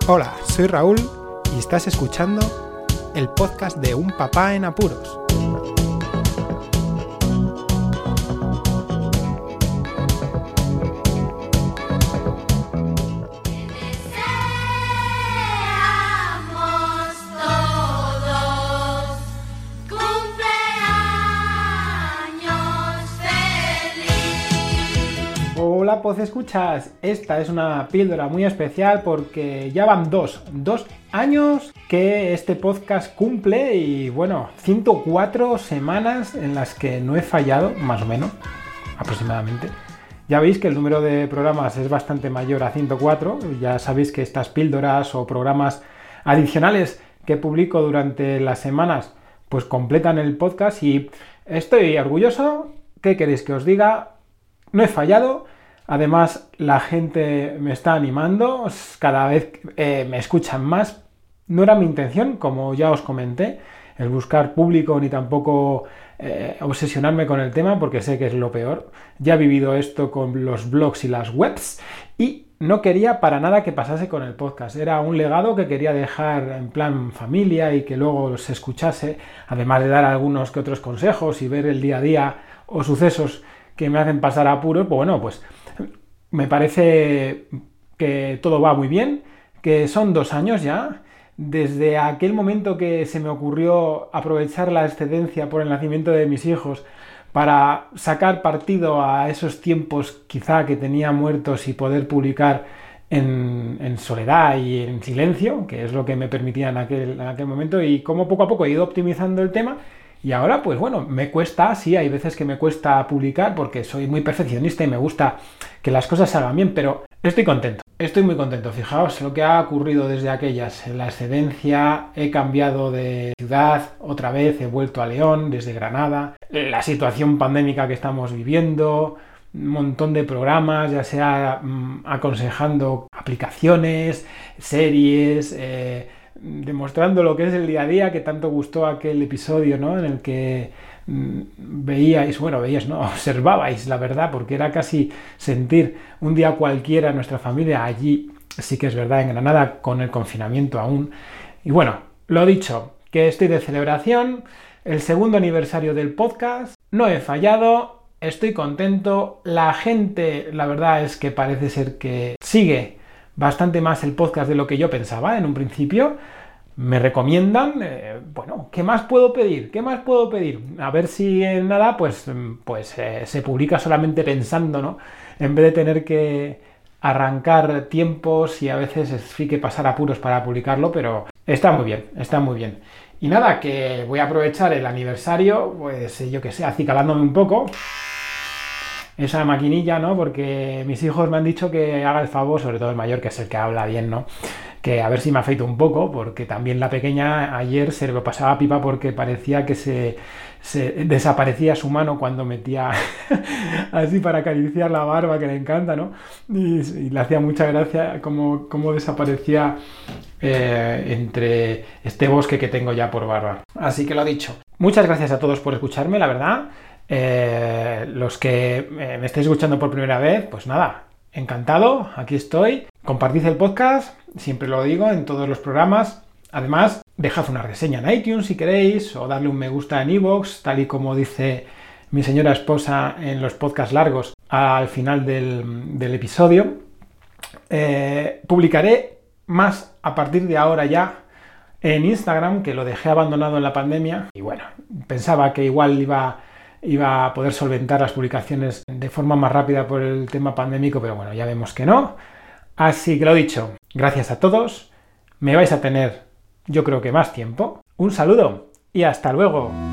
Hola, soy Raúl y estás escuchando el podcast de Un Papá en Apuros. Hola, pues escuchas, esta es una píldora muy especial porque ya van dos años que este podcast cumple y bueno, 104 semanas en las que no he fallado, más o menos, aproximadamente. Ya veis que el número de programas es bastante mayor a 104, ya sabéis que estas píldoras o programas adicionales que publico durante las semanas pues completan el podcast y estoy orgulloso. ¿Qué queréis que os diga? No he fallado. Además, la gente me está animando, cada vez me escuchan más. No era mi intención, como ya os comenté, el buscar público ni tampoco obsesionarme con el tema, porque sé que es lo peor. Ya he vivido esto con los blogs y las webs y no quería para nada que pasase con el podcast. Era un legado que quería dejar en plan familia y que luego se escuchase, además de dar algunos que otros consejos y ver el día a día o sucesos que me hacen pasar apuros. Pues bueno, pues me parece que todo va muy bien, que son 2 años ya, desde aquel momento que se me ocurrió aprovechar la excedencia por el nacimiento de mis hijos para sacar partido a esos tiempos quizá que tenía muertos y poder publicar en soledad y en silencio, que es lo que me permitía en aquel momento, y como poco a poco he ido optimizando el tema. Y ahora, pues bueno, me cuesta, sí, hay veces que me cuesta publicar porque soy muy perfeccionista y me gusta que las cosas se hagan bien, pero estoy contento, estoy muy contento. Fijaos lo que ha ocurrido desde aquellas, en la excedencia, he cambiado de ciudad, otra vez he vuelto a León, desde Granada, la situación pandémica que estamos viviendo, un montón de programas, ya sea aconsejando aplicaciones, series, demostrando lo que es el día a día, que tanto gustó aquel episodio, ¿no? En el que observabais la verdad, porque era casi sentir un día cualquiera nuestra familia allí, sí que es verdad, en Granada, con el confinamiento aún. Y bueno, lo dicho, que estoy de celebración, el 2º aniversario del podcast, no he fallado, estoy contento, la gente, la verdad es que parece ser que sigue bastante más el podcast de lo que yo pensaba en un principio. Me recomiendan, ¿qué más puedo pedir? ¿Qué más puedo pedir? A ver si en nada, se publica solamente pensando, ¿no? En vez de tener que arrancar tiempos y a veces sí que pasar apuros para publicarlo, pero está muy bien, está muy bien. Y nada, que voy a aprovechar el aniversario, pues yo que sé, acicalándome un poco esa maquinilla, ¿no? Porque mis hijos me han dicho que haga el favor, sobre todo el mayor, que es el que habla bien, ¿no? Que a ver si me afeito un poco, porque también la pequeña ayer se lo pasaba pipa porque parecía que se desaparecía su mano cuando metía así para acariciar la barba, que le encanta, ¿no? Y le hacía mucha gracia cómo desaparecía entre este bosque que tengo ya por barba. Así que lo dicho. Muchas gracias a todos por escucharme, la verdad. Los que me estáis escuchando por primera vez, pues nada, encantado, aquí estoy. Compartid el podcast, siempre lo digo en todos los programas. Además, dejad una reseña en iTunes si queréis, o darle un me gusta en iVoox, tal y como dice mi señora esposa en los podcasts largos al final del episodio. Publicaré más a partir de ahora ya en Instagram, que lo dejé abandonado en la pandemia. Y bueno, pensaba que igual iba a poder solventar las publicaciones de forma más rápida por el tema pandémico, pero bueno, ya vemos que no. Así que lo dicho, gracias a todos, me vais a tener, yo creo que más tiempo. Un saludo y hasta luego.